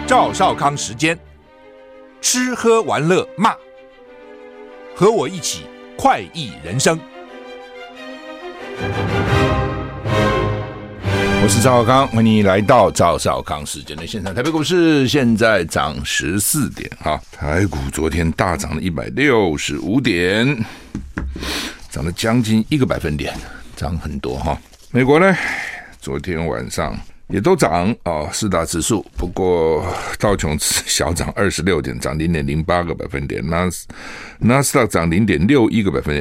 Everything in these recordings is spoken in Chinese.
赵少康时间，吃喝玩乐骂，和我一起快意人生。我是赵少康，欢迎你来到赵少康时间的现场。台北股市现在涨14点，台股昨天大涨了165点，涨了将近1个百分点，涨很多哈。美国呢，昨天晚上也都涨四大指数，不过道琼小涨26点，涨 0.08 个百分点，纳斯达克涨 0.61 个百分点，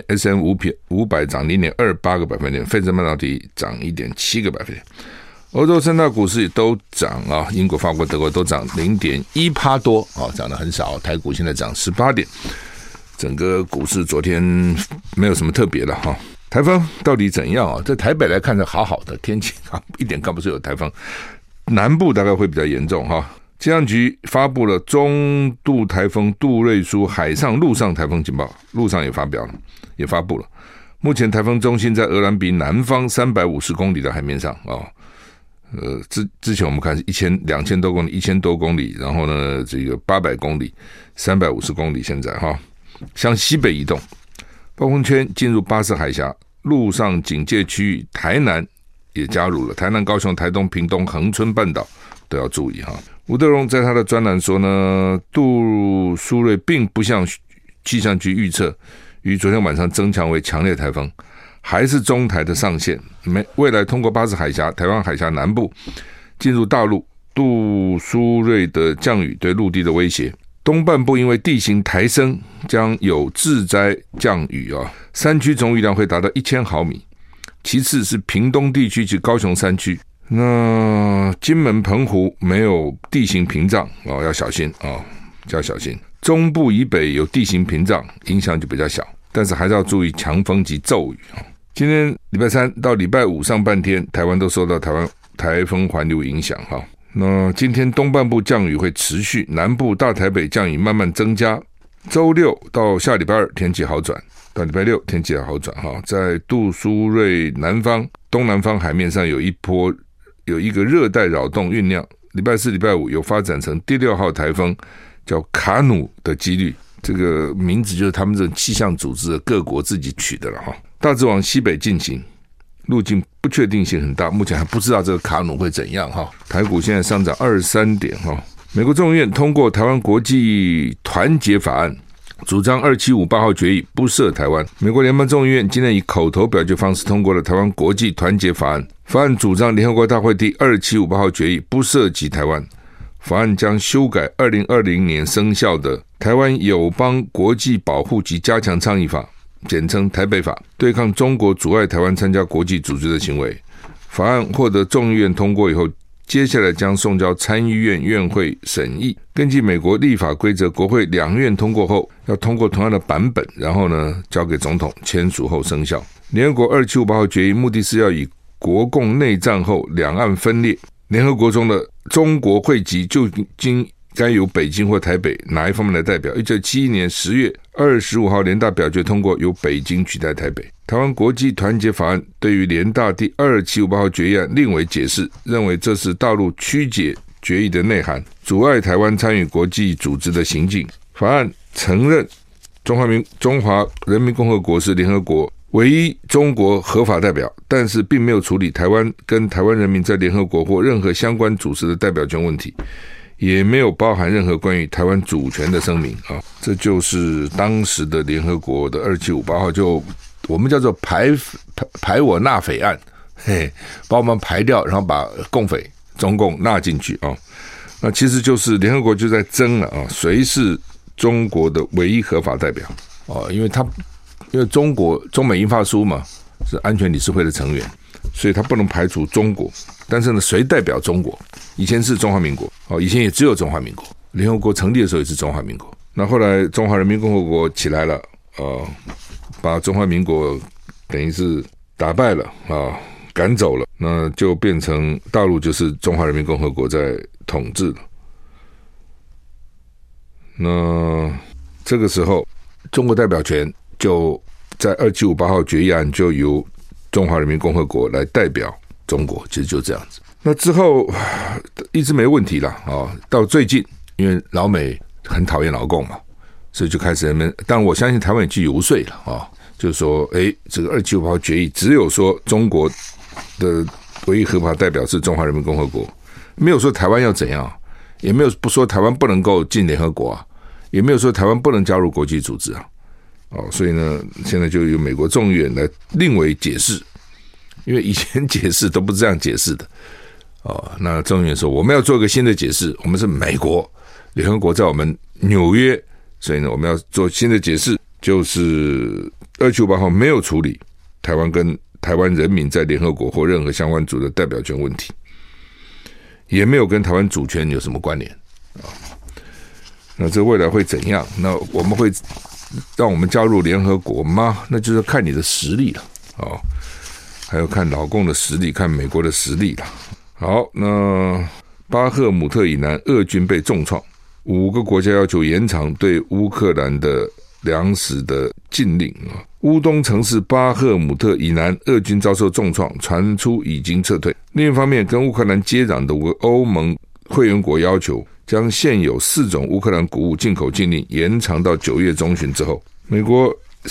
S&P500 涨 0.28 个百分点，费城半导体涨 1.7 个百分点。欧洲三大股市也都涨英国、法国、德国都涨 0.1% 多涨得很少。台股现在涨18点，整个股市昨天没有什么特别的台风到底怎样在台北来看是好好的天气一点看不出有台风，南部大概会比较严重气象局发布了中度台风杜瑞苏海上陆上台风警报，陆上也发布了。目前台风中心在鹅銮鼻南方350公里的海面上之前我们看是2000多公里1000多公里，然后呢这个800公里350公里，现在向西北移动，暴风圈进入巴士海峡，陆上警戒区域台南也加入了，台南、高雄、台东、屏东、恒春半岛都要注意吴德荣在他的专栏说呢，杜苏芮并不像气象局预测于昨天晚上增强为强烈台风，还是中台的上限，未来通过巴士海峡、台湾海峡南部进入大陆，杜苏芮的降雨对陆地的威胁。东半部因为地形抬升，将有致灾降雨山区总雨量会达到1000毫米。其次是屏东地区及高雄山区，那金门、澎湖没有地形屏障要小心要小心。中部以北有地形屏障，影响就比较小，但是还是要注意强风及骤雨今天礼拜三到礼拜五上半天，台湾都受到台风环流影响那今天东半部降雨会持续，南部大台北降雨慢慢增加，周六到下礼拜二天气好转，到礼拜六天气好转在杜苏芮南方东南方海面上有一个热带扰动酝酿，礼拜四礼拜五有发展成第6号台风叫卡努的几率，这个名字就是他们这种气象组织的各国自己取的了大致往西北进行，路径不确定性很大，目前还不知道这个卡努会怎样台股现在上涨23点美国众议院通过台湾国际团结法案，主张2758号决议不涉台湾。美国联邦众议院今天以口头表决方式通过了台湾国际团结法案，法案主张联合国大会第2758号决议不涉及台湾。法案将修改2020年生效的台湾友邦国际保护及加强倡议法，简称台北法，对抗中国阻碍台湾参加国际组织的行为。法案获得众议院通过以后，接下来将送交参议院院会审议。根据美国立法规则，国会两院通过后要通过同样的版本，然后呢交给总统签署后生效。联合国2758号决议目的是要以国共内战后两岸分裂，联合国中的中国会籍就该由北京或台北哪一方面来代表。1971年10月25号联大表决通过由北京取代台北。台湾国际团结法案对于联大第2758号决议案另为解释，认为这是大陆曲解决议的内涵，阻碍台湾参与国际组织的行径。法案承认中华人民共和国是联合国唯一中国合法代表，但是并没有处理台湾跟台湾人民在联合国或任何相关组织的代表权问题，也没有包含任何关于台湾主权的声明这就是当时的联合国的2758号，就我们叫做排我纳匪案，把我们排掉，然后把共匪中共纳进去那其实就是联合国就在争了谁是中国的唯一合法代表因为中美英法苏嘛是安全理事会的成员，所以他不能排除中国，但是呢谁代表中国？以前是中华民国以前也只有中华民国，联合国成立的时候也是中华民国，那后来中华人民共和国起来了把中华民国等于是打败了赶走了，那就变成大陆就是中华人民共和国在统治了。那这个时候中国代表权就在2758号决议案就由中华人民共和国来代表中国，其实就这样子。那之后一直没问题了到最近因为老美很讨厌老共嘛，所以就开始人们，但我相信台湾也去游说了就是说这个275号决议只有说中国的唯一合法代表是中华人民共和国，没有说台湾要怎样，也没有不说台湾不能够进联合国也没有说台湾不能加入国际组织所以呢现在就由美国众议院来另为解释，因为以前解释都不是这样解释的那众议院说我们要做一个新的解释，我们是美国，联合国在我们纽约，所以呢我们要做新的解释，就是275号没有处理台湾跟台湾人民在联合国或任何相关组织的代表权问题，也没有跟台湾主权有什么关联那这未来会怎样？那我们会让我们加入联合国吗？那就是看你的实力了还有看老共的实力，看美国的实力了。好，那巴赫姆特以南俄军被重创，5个国家要求延长对乌克兰的粮食的禁令乌东城市巴赫姆特以南俄军遭受重创，传出已经撤退。另一方面，跟乌克兰接壤的5个欧盟会员国要求将现有4种乌克兰谷物进口禁令延长到9月中旬之后。美国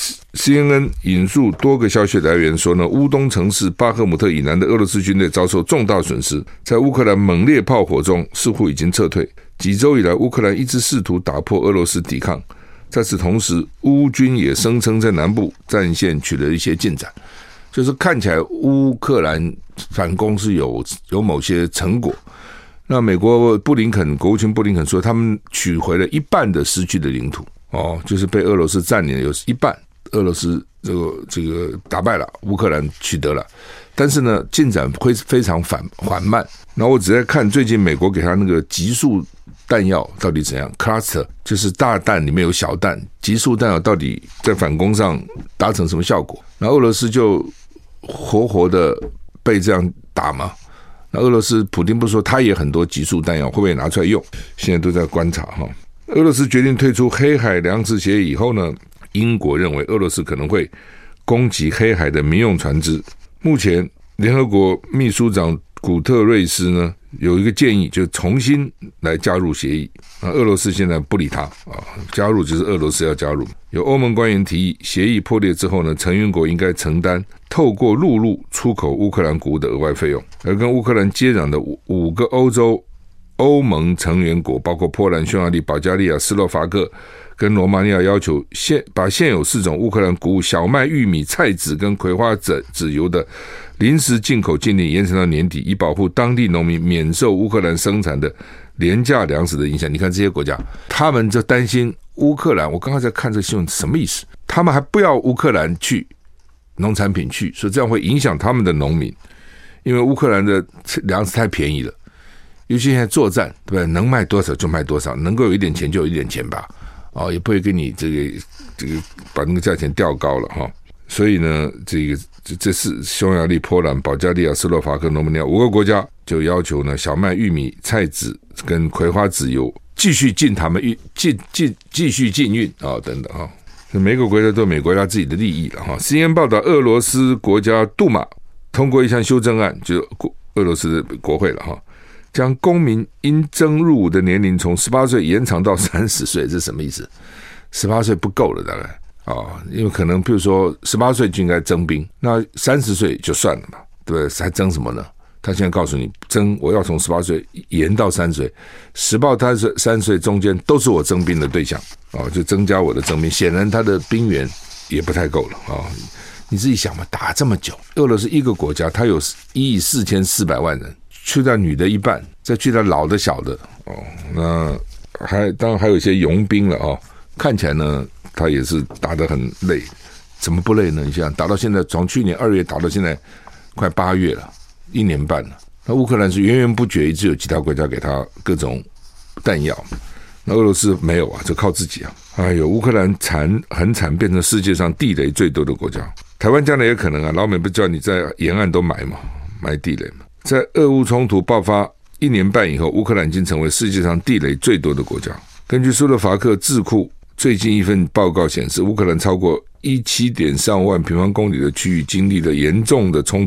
CNN 引述多个消息来源说呢，乌东城市巴赫姆特以南的俄罗斯军队遭受重大损失，在乌克兰猛烈炮火中似乎已经撤退。几周以来，乌克兰一直试图打破俄罗斯抵抗，在此同时，乌军也声称在南部战线取得一些进展，就是看起来乌克兰反攻是有某些成果。那美国布林肯国务卿布林肯说，他们取回了一半的失去的领土就是被俄罗斯占领了有一半，俄罗斯这个打败了，乌克兰取得了，但是呢进展会非常缓慢。然后我只在看最近美国给他那个极速弹药到底怎样 ，cluster 就是大弹里面有小弹，极速弹药到底在反攻上达成什么效果？然后俄罗斯就活活的被这样打吗？那俄罗斯普丁不是说他也很多极速弹药，会不会拿出来用？现在都在观察俄罗斯决定退出黑海粮食协议以后呢，英国认为俄罗斯可能会攻击黑海的民用船只。目前联合国秘书长古特瑞斯呢有一个建议，就重新来加入协议。俄罗斯现在不理他加入就是俄罗斯要加入。有欧盟官员提议，协议破裂之后呢，成员国应该承担透过陆路出口乌克兰谷物的额外费用。而跟乌克兰接壤的5个欧盟成员国，包括波兰、匈牙利、保加利亚、斯洛伐克跟罗马尼亚，要求把现有4种乌克兰谷物小麦、玉米、菜籽跟葵花籽油的临时进口禁令延长到年底，以保护当地农民免受乌克兰生产的廉价粮食的影响。你看这些国家，他们就担心乌克兰，我刚刚在看这个新闻，什么意思？他们还不要乌克兰去农产品去，所以这样会影响他们的农民，因为乌克兰的粮食太便宜了，尤其现在作战，对吧？能卖多少就卖多少，能够有一点钱就有一点钱吧，也不会给你这个把那个价钱调高了所以呢，这是匈牙利、波兰、保加利亚、斯洛伐克、罗马尼亚5个国家就要求呢，小麦、玉米、菜籽跟葵花籽油继续进他们继续禁运等等每个国家都有每个国家自己的利益了CNN 报道，俄罗斯国家杜马通过一项修正案，就是俄罗斯的国会了将公民应征入伍的年龄从18岁延长到30岁，这是什么意思？18岁不够了，大概因为可能比如说18岁就应该征兵，那30岁就算了嘛，对不对？还征什么呢？他现在告诉你，我要从18岁延到30岁，18到30岁中间都是我征兵的对象就增加我的征兵。显然他的兵源也不太够了你自己想嘛，打这么久，俄罗斯一个国家，他有1.44亿人，去掉女的一半，再去掉老的小的那当然还有一些傭兵了看起来呢，他也是打得很累。怎么不累呢？你想打到现在，从去年2月打到现在快8月了，1年半了。那乌克兰是源源不绝，一直有其他国家给他各种弹药，那俄罗斯没有就靠自己乌克兰很惨，变成世界上地雷最多的国家。台湾将来也可能老美不叫你在沿岸都买地雷嘛。在俄乌冲突爆发1年半以后，乌克兰已经成为世界上地雷最多的国家。根据斯洛伐克智库最近一份报告显示，乌克兰超过17.3万平方公里的区域经历了严重的冲突，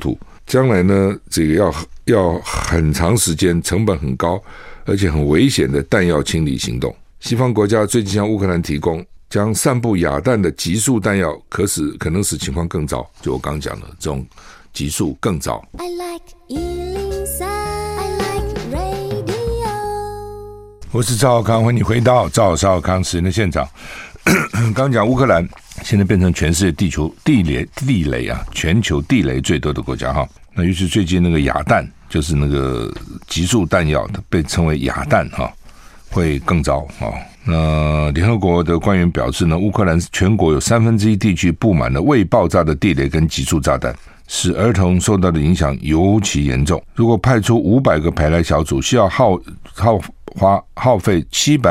将来呢这个要很长时间，成本很高，而且很危险的弹药清理行动。西方国家最近向乌克兰提供将散布亚弹的极速弹药，可能使情况更糟。就我刚讲的，这种极速更糟。I like 103, I like radio。 我是赵少康，欢迎你回到赵少康时间的现场。刚讲乌克兰现在变成全世界地球地雷啊，全球地雷最多的国家哈。那尤其最近那个亚弹，就是那个极速弹药，被称为亚弹哈，会更糟啊。那联合国的官员表示呢，乌克兰全国有1/3地区布满了未爆炸的地雷跟极速炸弹，使儿童受到的影响尤其严重。如果派出500个排雷小组，需要耗费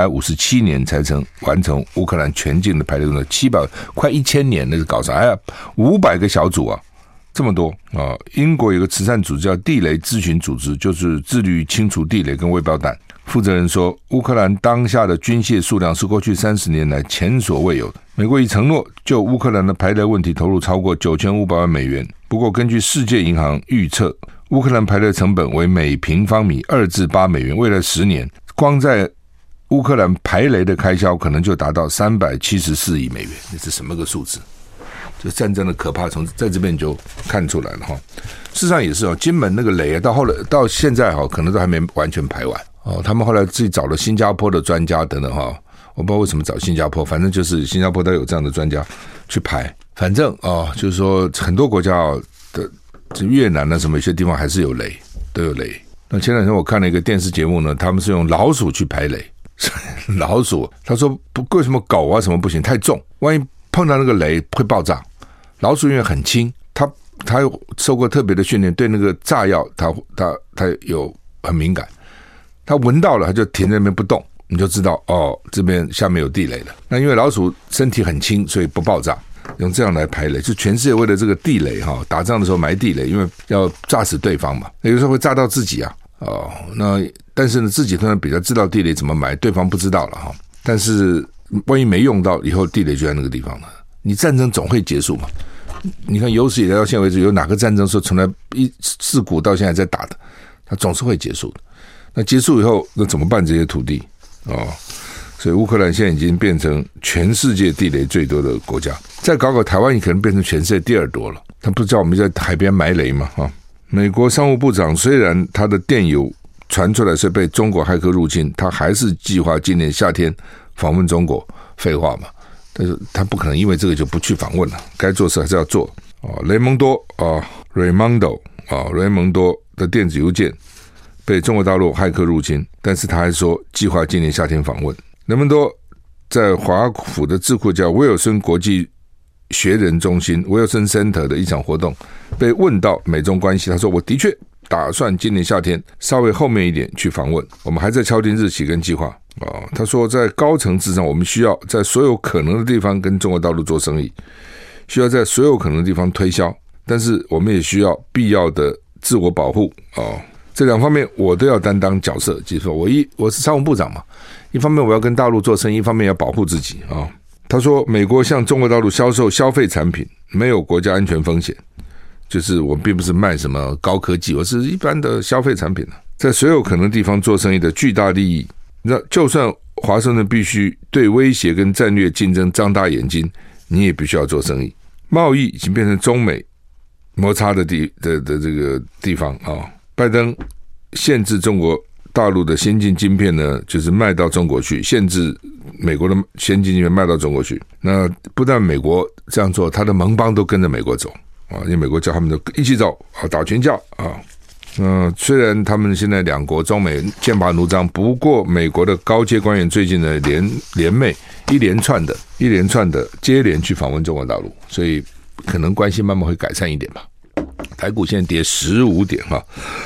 757年才曾完成乌克兰全境的排雷工作，700快1000年，那是搞啥？哎呀，500个小组啊，这么多啊！英国有个慈善组织叫地雷咨询组织，就是致力于清除地雷跟未爆弹。负责人说，乌克兰当下的军械数量是过去30年来前所未有的。美国已承诺就乌克兰的排雷问题投入超过9500万美元。不过，根据世界银行预测，乌克兰排雷成本为每平方米2至8美元，未来10年，光在乌克兰排雷的开销可能就达到374亿美元。这是什么个数字？就战争的可怕，从在这边你就看出来了哈。事实上也是哦，金门那个雷到现在哈，可能都还没完全排完哦。他们后来自己找了新加坡的专家等等哈，我不知道为什么找新加坡，反正就是新加坡都有这样的专家去排。反正哦，就是说很多国家的越南啊什么有些地方还是有雷，都有雷。那前两天我看了一个电视节目呢，他们是用老鼠去排雷，老鼠他说不，为什么狗啊什么不行，太重，万一碰到那个雷会爆炸。老鼠因为很轻，它有受过特别的训练，对那个炸药它有很敏感，它闻到了它就停在那边不动，你就知道哦，这边下面有地雷了。那因为老鼠身体很轻，所以不爆炸，用这样来排雷。就全世界为了这个地雷哈，打仗的时候埋地雷，因为要炸死对方嘛，有时候会炸到自己啊。哦，那但是呢，自己通常比较知道地雷怎么埋，对方不知道了哈。但是万一没用到，以后地雷就在那个地方了。你战争总会结束嘛？你看有史以来到现在为止，有哪个战争是从来自古到现在在打的？它总是会结束的。那结束以后，那怎么办这些土地？哦，所以乌克兰现在已经变成全世界地雷最多的国家。再搞台湾，也可能变成全世界第2多了。他不是叫我们在海边埋雷吗？啊，美国商务部长虽然他的电邮传出来是被中国骇客入侵，他还是计划今年夏天访问中国。废话嘛。但是他不可能因为这个就不去访问了，该做事还是要做。雷蒙多的电子邮件被中国大陆骇客入侵，但是他还说计划今年夏天访问。雷蒙多在华府的智库叫威尔森国际学人中心 Wilson Center 的一场活动，被问到美中关系，他说我的确打算今年夏天稍微后面一点去访问，我们还在敲定日期跟计划。他说在高层次上，我们需要在所有可能的地方跟中国大陆做生意，需要在所有可能的地方推销，但是我们也需要必要的自我保护。这2方面我都要担当角色。就是说我是商务部长嘛，一方面我要跟大陆做生意，一方面要保护自己啊。他说美国向中国大陆销售消费产品没有国家安全风险，就是我并不是卖什么高科技，我是一般的消费产品，在所有可能地方做生意的巨大利益。那就算华盛顿必须对威胁跟战略竞争张大眼睛，你也必须要做生意。贸易已经变成中美摩擦的这个地方啊。拜登限制中国大陆的先进晶片呢，就是卖到中国去，限制美国的先进晶片卖到中国去。那不但美国这样做，他的盟邦都跟着美国走啊，因为美国叫他们一起走啊，打群架啊。虽然他们现在2国中美剑拔弩张，不过美国的高阶官员最近呢一连串的接连去访问中国大陆，所以可能关系慢慢会改善一点吧。台股现在跌15点哈。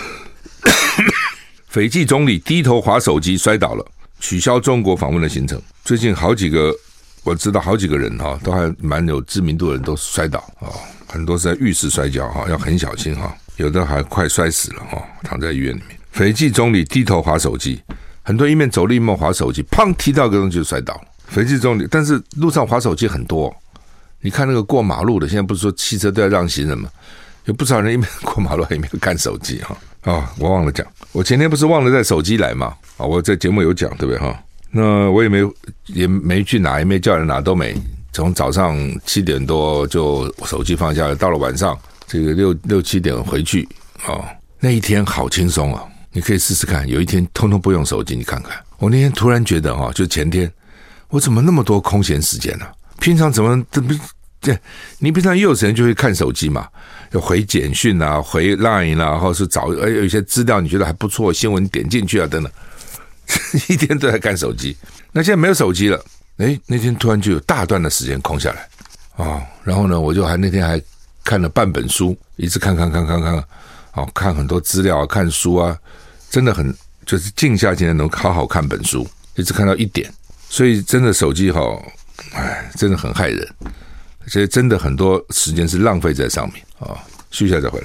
斐济总理低头滑手机摔倒了，取消中国访问的行程。最近我知道好几个人哈，都还蛮有知名度的人都摔倒啊，很多是在浴室摔跤哈，要很小心哈。有的还快摔死了躺在医院里面。斐济总理低头滑手机，很多一面走路一面滑手机，砰踢到一个东西就摔倒了。斐济总理，但是路上滑手机很多，你看那个过马路的，现在不是说汽车都要让行人吗？ 有不少人一边过马路一边看手机我忘了讲，我前天不是忘了带手机来嘛我在节目有讲对不对那我也没去拿，也没叫人拿，都没。从早上7点多就手机放下来，到了晚上这个6、7点回去那一天好轻松你可以试试看，有一天通通不用手机，你看看。我那天突然觉得就前天我怎么那么多空闲时间呢？平常怎么你平常也有时间就会看手机嘛，要回简讯回 Line 或者是找有一些资料你觉得还不错，新闻点进去等等，一天都在看手机。那现在没有手机了，那天突然就有大段的时间空下来然后呢，我就那天还看了半本书，一直看看很多资料看书真的很就是静下心来能好好看本书，一直看到1点。所以真的手机真的很害人，所以真的很多时间是浪费在上面休息一下再回来。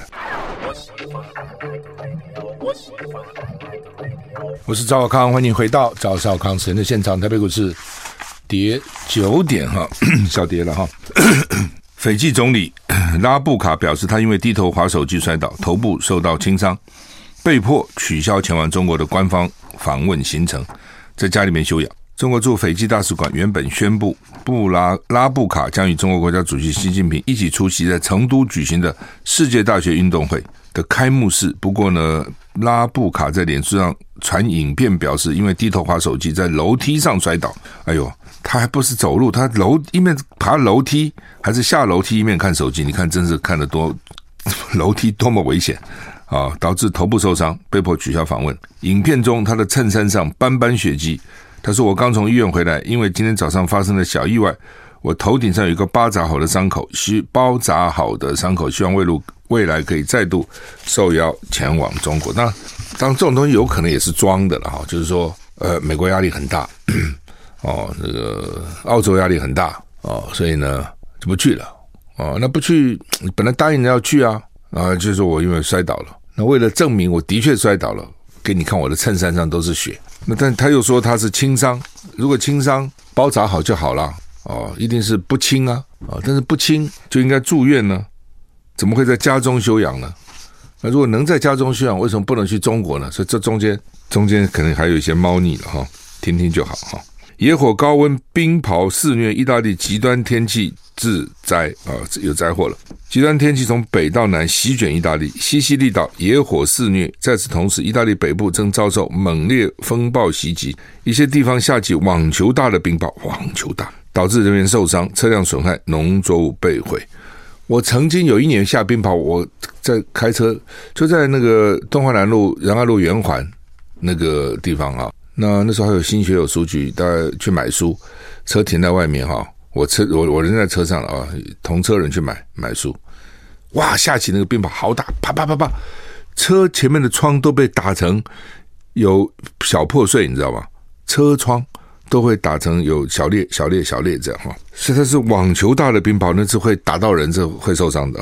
我是赵少康，欢迎回到赵少康时间的现场。台北股市跌9点小跌了斐济总理拉布卡表示，他因为低头滑手机摔倒，头部受到轻伤，被迫取消前往中国的官方访问行程，在家里面休养。中国驻斐济大使馆原本宣布拉布卡将与中国国家主席习近平一起出席在成都举行的世界大学运动会的开幕式。不过呢，拉布卡在脸书上传影片表示，因为低头滑手机在楼梯上摔倒。哎呦，他还不是走路，他一面爬楼梯还是下楼梯一面看手机，你看真是看得多楼梯多么危险导致头部受伤，被迫取消访问。影片中他的衬衫上斑斑血迹，他说，我刚从医院回来，因为今天早上发生了小意外，我头顶上有一个包扎好的伤口，希望未来可以再度受邀前往中国。那当然这种东西有可能也是装的了就是说美国压力很大这个澳洲压力很大所以呢就不去了那不去本来答应要去就是说我因为摔倒了，那为了证明我的确摔倒了，给你看我的衬衫上都是血。那但他又说他是轻伤，如果轻伤包扎好就好了一定是不轻但是不轻就应该住院呢，怎么会在家中休养呢？那如果能在家中休养，为什么不能去中国呢？所以这中间可能还有一些猫腻了听听就好野火高温，冰雹肆虐，意大利极端天气致灾有灾祸了。极端天气从北到南席卷意大利，西西里岛野火肆虐。在此同时，意大利北部正遭受猛烈风暴袭击，一些地方下起网球大的冰雹，导致人员受伤，车辆损害，农作物被毁。我曾经有一年下冰雹，我在开车，就在那个东华南路仁爱路圆环那个地方那时候还有新学有书局，大家去买书，车停在外面我人在车上了同车人去买书，哇，下起那个冰雹好大，啪啪啪啪，车前面的窗都被打成有小破碎，你知道吗？车窗都会打成有小裂这样所以它是网球大的冰雹，那是会打到人，这会受伤的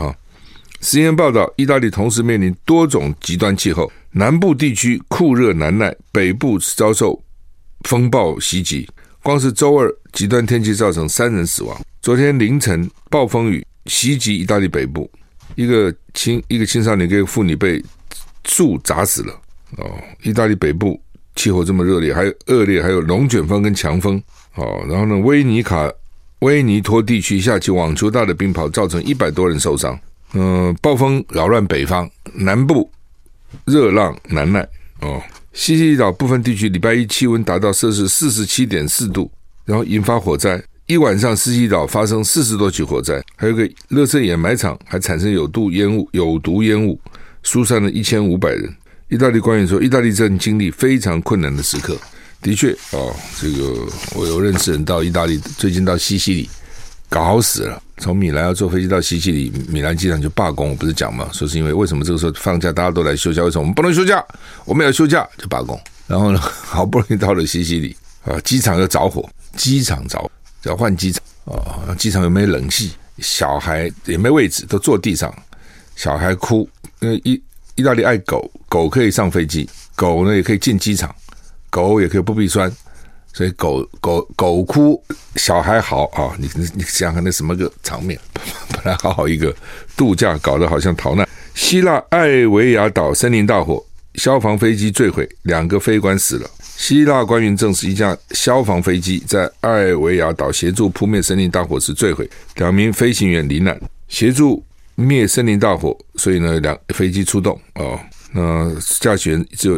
CNN报道，意大利同时面临多种极端气候，南部地区酷热难耐，北部遭受风暴袭击。光是周二极端天气造成3人死亡。昨天凌晨暴风雨袭击意大利北部，一个青少年跟一个妇女被树砸死了意大利北部气候这么恶劣，还有龙卷风跟强风然后呢，威尼托地区下起网球大的冰雹，造成100多人受伤。暴风扰乱北方，南部热浪难耐西西里岛部分地区礼拜一气温达到摄氏 47.4 度，然后引发火灾。一晚上西西里岛发生40多起火灾，还有个垃圾掩埋场还产生有毒烟雾，疏散了1500人。意大利官员说，意大利正经历非常困难的时刻。的确这个我有认识人到意大利，最近到西西里搞死了，从米兰要坐飞机到西西里，米兰机场就罢工，我不是讲吗？说是因为什么这个时候放假大家都来休假，为什么我们不能休假？我们要休假就罢工。然后呢，好不容易到了西西里机场又着火，要换机场机场又没冷气，小孩也没位置，都坐地上，小孩哭，因为意大利爱狗，狗可以上飞机，狗呢也可以进机场，狗也可以不必栓。所以狗哭，小孩嚎你想想看那什么个场面，本来好一个度假，搞得好像逃难。 希腊艾维亚岛森林大火，消防飞机坠毁，2个飞官死了。希腊官员证实，一架消防飞机在艾维亚岛协助扑灭森林大火时坠毁，2名飞行员罹难。协助灭森林大火，所以呢，飞机出动那驾驶员只有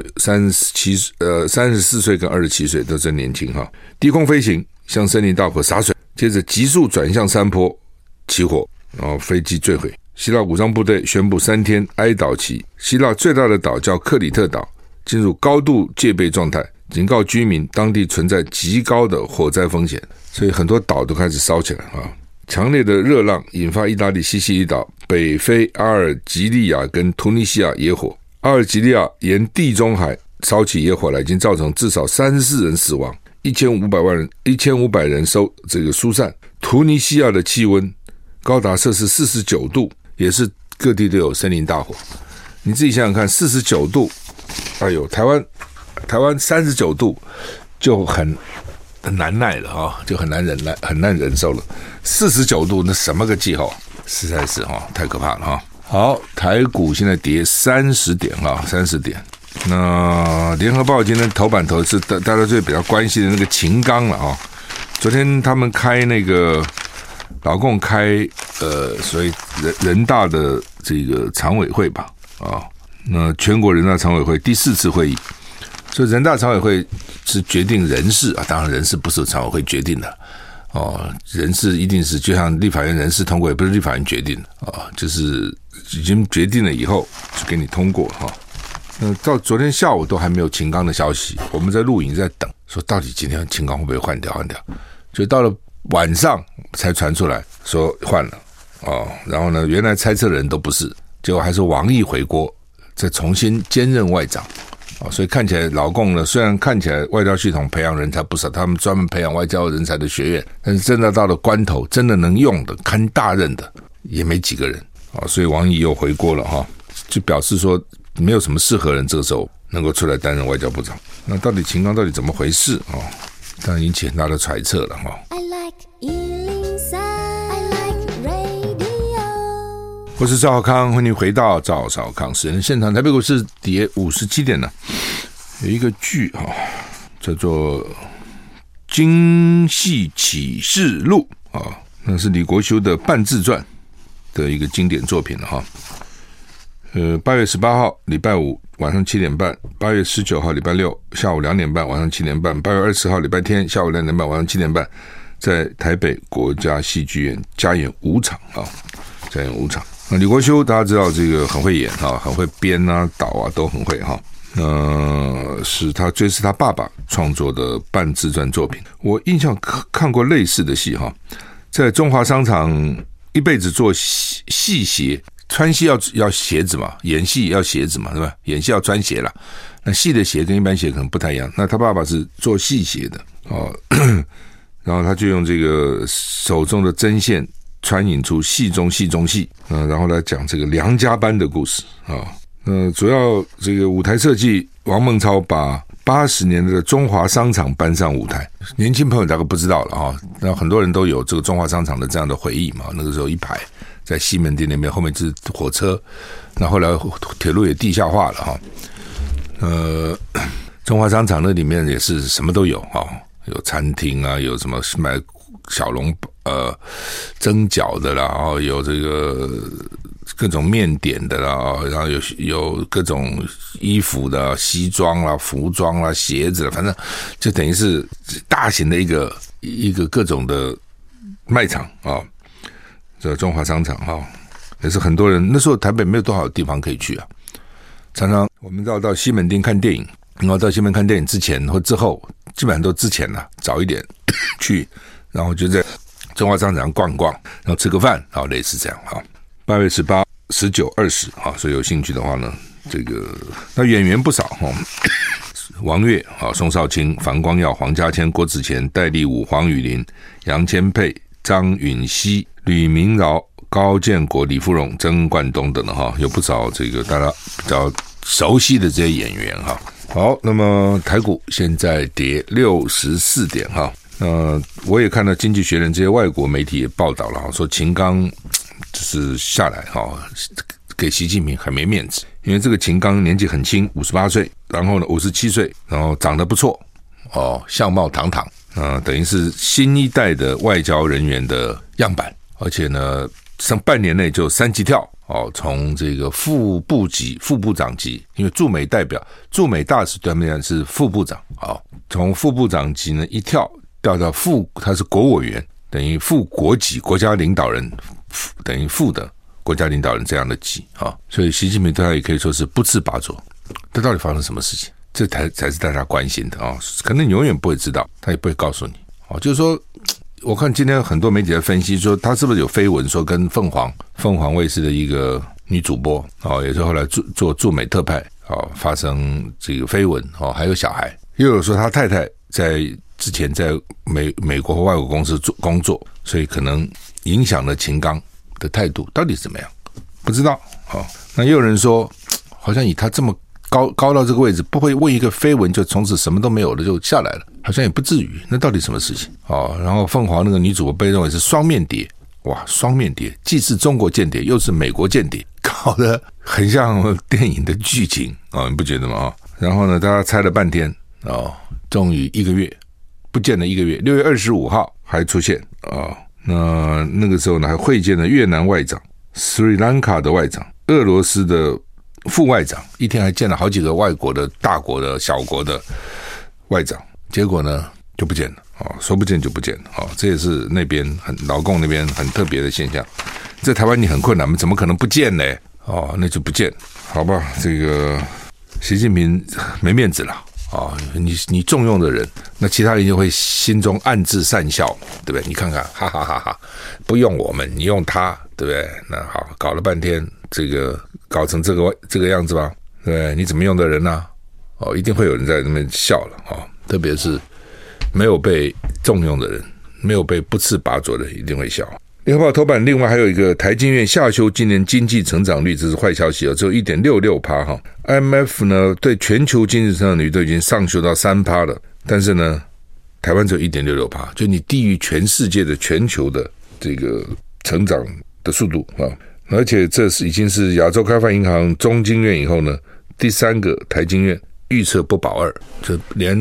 34岁跟27岁，都真年轻哈。低空飞行向森林大火洒水，接着急速转向山坡起火，然后飞机坠毁。希腊武装部队宣布3天哀悼期。希腊最大的岛叫克里特岛，进入高度戒备状态，警告居民当地存在极高的火灾风险，所以很多岛都开始烧起来啊。强烈的热浪引发意大利西西里岛、北非阿尔及利亚跟突尼西亚野火。阿尔及利亚沿地中海烧起野火来，已经造成至少34人死亡，1500人疏散。突尼西亚的气温高达摄氏49度，也是各地都有森林大火。你自己想想看，49度，哎呦，台湾39度就很难耐了啊，就很难忍受了。49度，那什么个气候，实在是太可怕了哈。好，台股现在跌30点30点。那联合报今天头版头是大家最比较关心的那个秦刚了啊。昨天他们开那个老共开所谓人大的这个常委会吧那全国人大常委会第4次会议，所以人大常委会是决定人事当然人事不是常委会决定的人事一定是就像立法院人事通过，也不是立法院决定就是已经决定了以后就给你通过到昨天下午都还没有秦刚的消息，我们在录影在等，说到底今天秦刚会不会换掉，就到了晚上才传出来说换了然后呢，原来猜测的人都不是，结果还是王毅回国，再重新兼任外长所以看起来老共呢，虽然看起来外交系统培养人才不少，他们专门培养外交人才的学院，但是真的到了关头，真的能用的堪大任的也没几个人所以王毅又回国了就表示说没有什么适合人这个时候能够出来担任外交部长。那到底秦刚到底怎么回事当然引起很大的揣测了I like 103, I like radio。 我是赵少康，欢迎回到赵少康时人现场。台北股市跌57点呢。有一个剧叫做《京戏启示录》那是李国修的半自传的一个经典作品了8月18号礼拜五晚上7点半，8月19号礼拜六下午2点半晚上7点半，8月20号礼拜天下午2点半晚上7点半，在台北国家戏剧院加演5场加演5场。那李国修大家知道这个很会演很会编导都很会是他爸爸创作的半自传作品。我印象看过类似的戏在中华商场一辈子做戏鞋，穿戏要鞋子嘛，演戏要鞋子嘛，对吧？演戏要穿鞋啦。那戏的鞋跟一般鞋可能不太一样。那他爸爸是做戏鞋的然后他就用这个手中的针线穿引出戏中戏中戏然后来讲这个梁家班的故事主要这个舞台设计王孟超把80年代的中华商场搬上舞台，年轻朋友大概不知道了那很多人都有这个中华商场的这样的回忆嘛。那个时候一排在西门町那边，后面是火车，那后来铁路也地下化了中华商场那里面也是什么都有有餐厅有什么卖小笼蒸饺的啦有这个各种面点的啦然后有各种衣服的西装啦服装啦鞋子啦，反正就等于是大型的一个各种的卖场这中华商场也是很多人，那时候台北没有多少地方可以去常常我们到西门町看电影，然后到西门看电影之前或之后，基本上都之前早一点去，然后就在中华商场逛逛，然后吃个饭类似这样8月18、19、20所以有兴趣的话呢，这个那演员不少王岳宋少卿、樊光耀、黄家千、郭子乾、戴立武、黄宇琳、杨千霈、张允熙、吕明饶、高建国、李富荣、曾冠东等的有不少这个大家比较熟悉的这些演员好，那么台股现在跌64点我也看到经济学人这些外国媒体也报道了说秦刚就是下来给习近平很没面子，因为这个秦刚年纪很轻，58岁，然后呢57岁，然后长得不错相貌堂堂，等于是新一代的外交人员的样板，而且呢上半年内就3级跳从这个副部长级，因为驻美大使对他们讲是副部长从副部长级呢一跳到他是国委员，等于副国级国家领导人，等于副的国家领导人这样的级所以习近平对他也可以说是不斥拔擢。这到底发生什么事情？这才是大家关心的可能你永远不会知道，他也不会告诉你就是说，我看今天很多媒体在分析说，他是不是有绯闻说跟凤凰卫视的一个女主播也是后来做驻美特派发生这个绯闻还有小孩，又有说他太太之前在美国和外国公司工作，所以可能影响了秦刚的态度，到底是怎么样不知道那也有人说，好像以他这么高到这个位置，不会为一个绯闻就从此什么都没有了就下来了，好像也不至于。那到底什么事情然后凤凰那个女主播被认为是双面谍，哇，双面谍既是中国间谍又是美国间谍，搞得很像电影的剧情你不觉得吗然后呢大家猜了半天终于1个月不见了1个月，6月25号还出现那个时候呢还会见了越南外长、斯里兰卡的外长、俄罗斯的副外长，一天还见了好几个外国的大国的小国的外长，结果呢就不见了说不见就不见了这也是那边老共那边很特别的现象。在台湾你很困难，怎么可能不见呢那就不见，好吧，这个习近平没面子了你重用的人，那其他人就会心中暗自讪笑，对不对？你看看，哈哈哈哈，不用我们，你用他，对不对？那好，搞了半天，这个搞成这个样子吧，对不对？你怎么用的人呢一定会有人在那边笑了特别是没有被重用的人，没有被不斥拔擢的人，一定会笑。联合报头版另外还有一个台经院下修今年经济成长率，这是坏消息只有 1.66% IMF 呢对全球经济成长率都已经上修到 3% 了，但是呢台湾只有 1.66%， 就你低于全世界的全球的这个成长的速度而且这已经是亚洲开发银行中经院以后呢第3个台经院预测不保2%，就连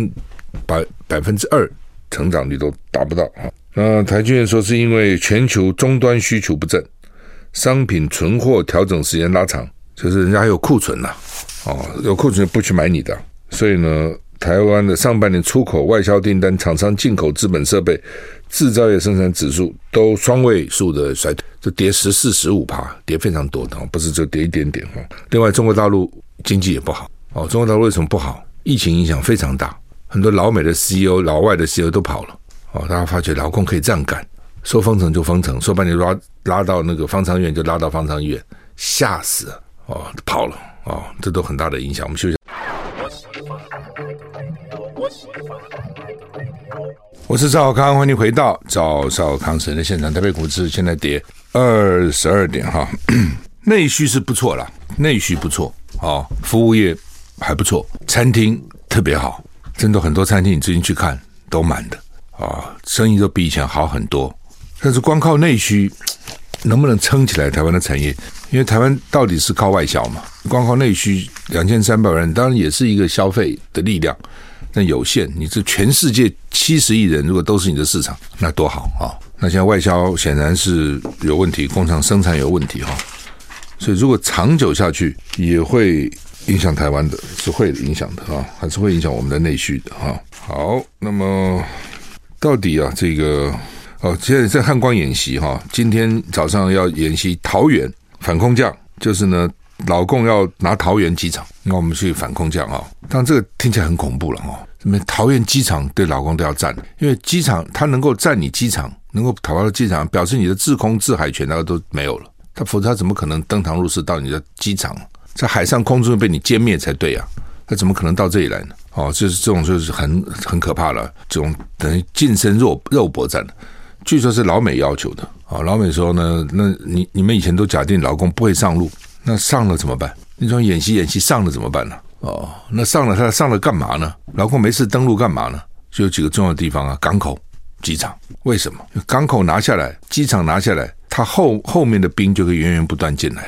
2%成长率都达不到台经院说是因为全球终端需求不振，商品存货调整时间拉长，就是人家还有库存有库存不去买你的，所以呢台湾的上半年出口、外销订单、厂商进口资本设备、制造业生产指数都双位数的衰退，就跌14、15%，跌非常多的，不是就跌一点点另外中国大陆经济也不好中国大陆为什么不好？疫情影响非常大，很多老美的 CEO、老外的 CEO 都跑了大家发觉老共可以这样干，说封城就封城，说把你拉到那个方舱医院就拉到方舱医院，吓死了跑了这都很大的影响。我们休息。我是赵少康，欢迎回到赵少康神的现场。台北股市现在跌22点内需是不错啦，内需不错服务业还不错，餐厅特别好，真的很多餐厅你最近去看都满的生意都比以前好很多。但是光靠内需能不能撑起来台湾的产业？因为台湾到底是靠外销嘛，光靠内需2300万人当然也是一个消费的力量，但有限。你这全世界70亿人如果都是你的市场，那多好那现在外销显然是有问题，工厂生产有问题所以如果长久下去也会影响台湾的，是会影响的还是会影响我们的内需的好，那么到底这个现在在汉光演习今天早上要演习桃园反空降，就是呢老共要拿桃园机场，那我们去反空降当然这个听起来很恐怖了什么桃园机场对老共都要占，因为机场它能够占你机场，能够跑到机场，表示你的制空制海权那个都没有了，他否则他怎么可能登堂入室到你的机场，在海上空中被你歼灭才对他怎么可能到这里来呢就是这种就是很可怕了，这种等于近身肉搏战，据说是老美要求的老美说呢，那你们以前都假定老共不会上路，那上了怎么办？你说演习上了怎么办呢那上了他上了干嘛呢？老共没事登陆干嘛呢？就有几个重要的地方港口、机场。为什么？港口拿下来，机场拿下来，他后面的兵就可以源源不断进来了。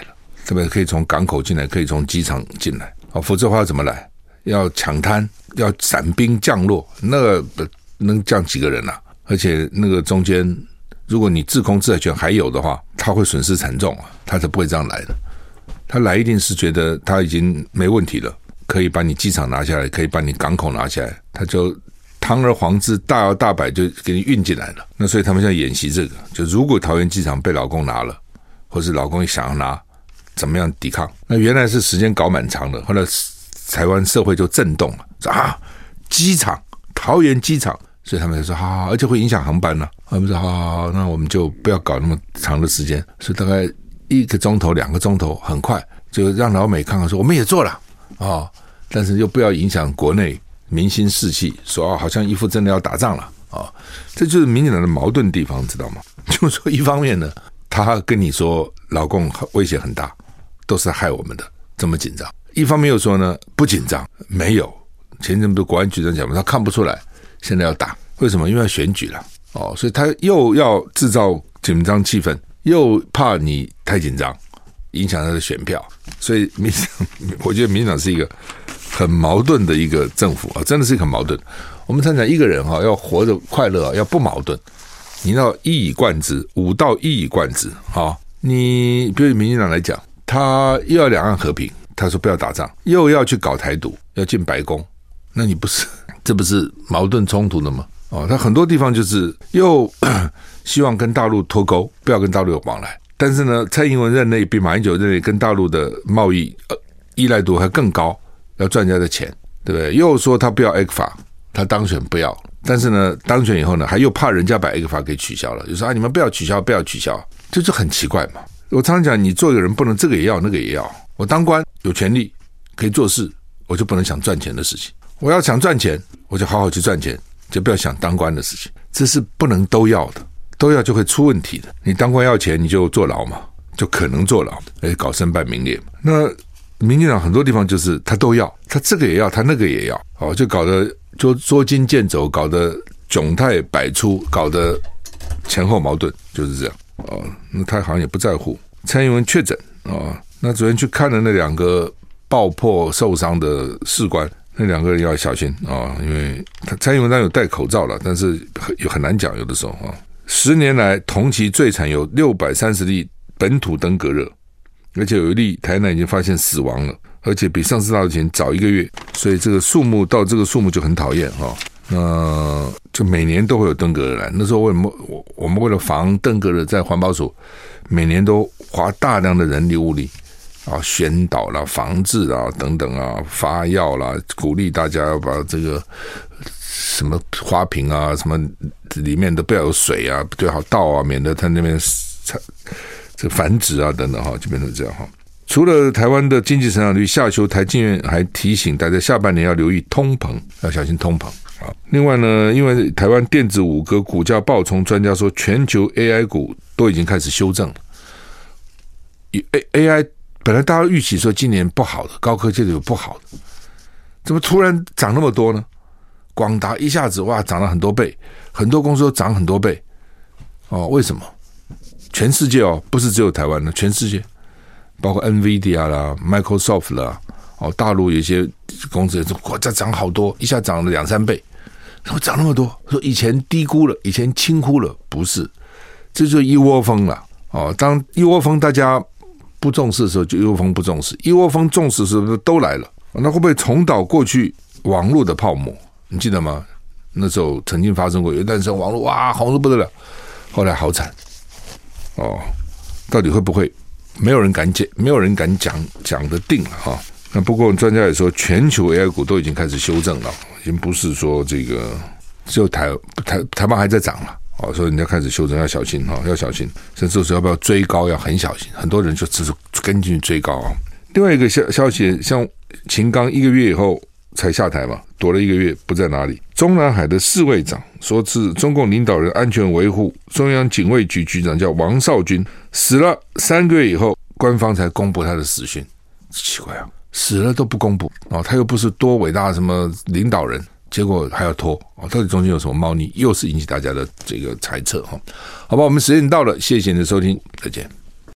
特别可以从港口进来，可以从机场进来，否则的话要怎么来？要抢滩，要伞兵降落，那个能降几个人啊？而且那个中间，如果你制空制海权还有的话，他会损失惨重啊，他才不会这样来的。他来一定是觉得他已经没问题了，可以把你机场拿下来，可以把你港口拿下来，他就堂而皇之大摇大摆就给你运进来了。那所以他们现在演习这个，就如果桃园机场被老共拿了，或是老共想要拿，怎么样抵抗？那原来是时间搞蛮长的，后来台湾社会就震动了，说机场，桃园机场，所以他们就说好，而且会影响航班了。他们说好，那我们就不要搞那么长的时间，所以大概1个钟头、2个钟头，很快就让老美看看说我们也做了但是又不要影响国内民心士气，说好像一副真的要打仗了这就是民进党的矛盾地方，知道吗？就是说一方面呢，他跟你说老共威胁很大，都是害我们的，这么紧张；一方面又说呢不紧张，没有。前阵不是国安局长讲嘛，他看不出来现在要打，为什么？因为要选举了所以他又要制造紧张气氛，又怕你太紧张影响他的选票，所以我觉得民进党是一个很矛盾的一个政府真的是很矛盾。我们常讲一个人要活得快乐要不矛盾，你要一以贯之，武道一以贯之你比如民进党来讲，他又要两岸和平，他说不要打仗，又要去搞台独，要进白宫，那你这不是矛盾冲突的吗？他很多地方就是又希望跟大陆脱钩，不要跟大陆有往来，但是呢，蔡英文任内比马英九任内跟大陆的贸易依赖度还更高，要赚人家的钱，对不对？又说他不要 ECFA， 他当选不要，但是呢，当选以后呢，还又怕人家把 ECFA 给取消了，就说你们不要取消，不要取消，这就很奇怪嘛。我常常讲，你做一个人不能这个也要那个也要。我当官有权利可以做事，我就不能想赚钱的事情。我要想赚钱，我就好好去赚钱，就不要想当官的事情，这是不能都要的，都要就会出问题的。你当官要钱，你就坐牢嘛，就可能坐牢，而且搞身败名裂嘛。那民进党很多地方就是他都要，他这个也要，他那个也要，就搞得就捉襟见肘，搞得窘态百出，搞得前后矛盾，就是这样那他好像也不在乎。蔡英文确诊那昨天去看了那2个爆破受伤的士官，那2个人要小心因为蔡英文当然有戴口罩了，但是很难讲，有的时候10年来同期最惨有630例本土登革热，而且有一例台南已经发现死亡了，而且比上次大流行早1个月，所以这个数目就很讨厌那就每年都会有登革热来。那时候我们为了防登革热，在环保署每年都花大量的人力物力宣导啦、防治啦等等发药啦，鼓励大家要把这个什么花瓶什么里面都不要有水最好倒免得它那边这繁殖等等就变成这样除了台湾的经济成长率下修，台经院还提醒大家下半年要留意通膨，要小心通膨。另外呢，因为台湾电子五哥股价暴冲，专家说全球 AI 股都已经开始修正了。AI 本来大家预期说今年不好的，高科技的有不好的，怎么突然涨那么多呢？广达一下子涨了很多倍，很多公司都涨很多倍为什么？全世界不是只有台湾的，全世界包括 NVIDIA 啦、Microsoft 啦大陆有一些公司国家涨好多，一下涨了2-3倍，怎么涨那么多？说以前低估了，以前轻估了，不是，这就是一窝蜂了当一窝蜂大家不重视的时候，就一窝蜂不重视；一窝蜂重视的时候，都来了。那会不会重蹈过去网络的泡沫？你记得吗？那时候曾经发生过，有一段时间网络红得不得了，后来好惨到底会不会？没有人敢讲得定了那不过专家也说，全球 AI 股都已经开始修正了，已经不是说这个只有台湾还在涨了所以人家开始修正，要小心要小心，甚至是要不要追高要很小心，很多人就只是跟进去追高另外一个消息，像秦刚1个月以后才下台嘛，躲了1个月不在哪里。中南海的侍卫长说是中共领导人安全维护中央警卫局局长叫王少军，死了3个月以后，官方才公布他的死讯。奇怪死了都不公布他又不是多伟大什么领导人，结果还要拖到底中间有什么猫腻？又是引起大家的这个猜测好吧，我们时间到了，谢谢你的收听，再见。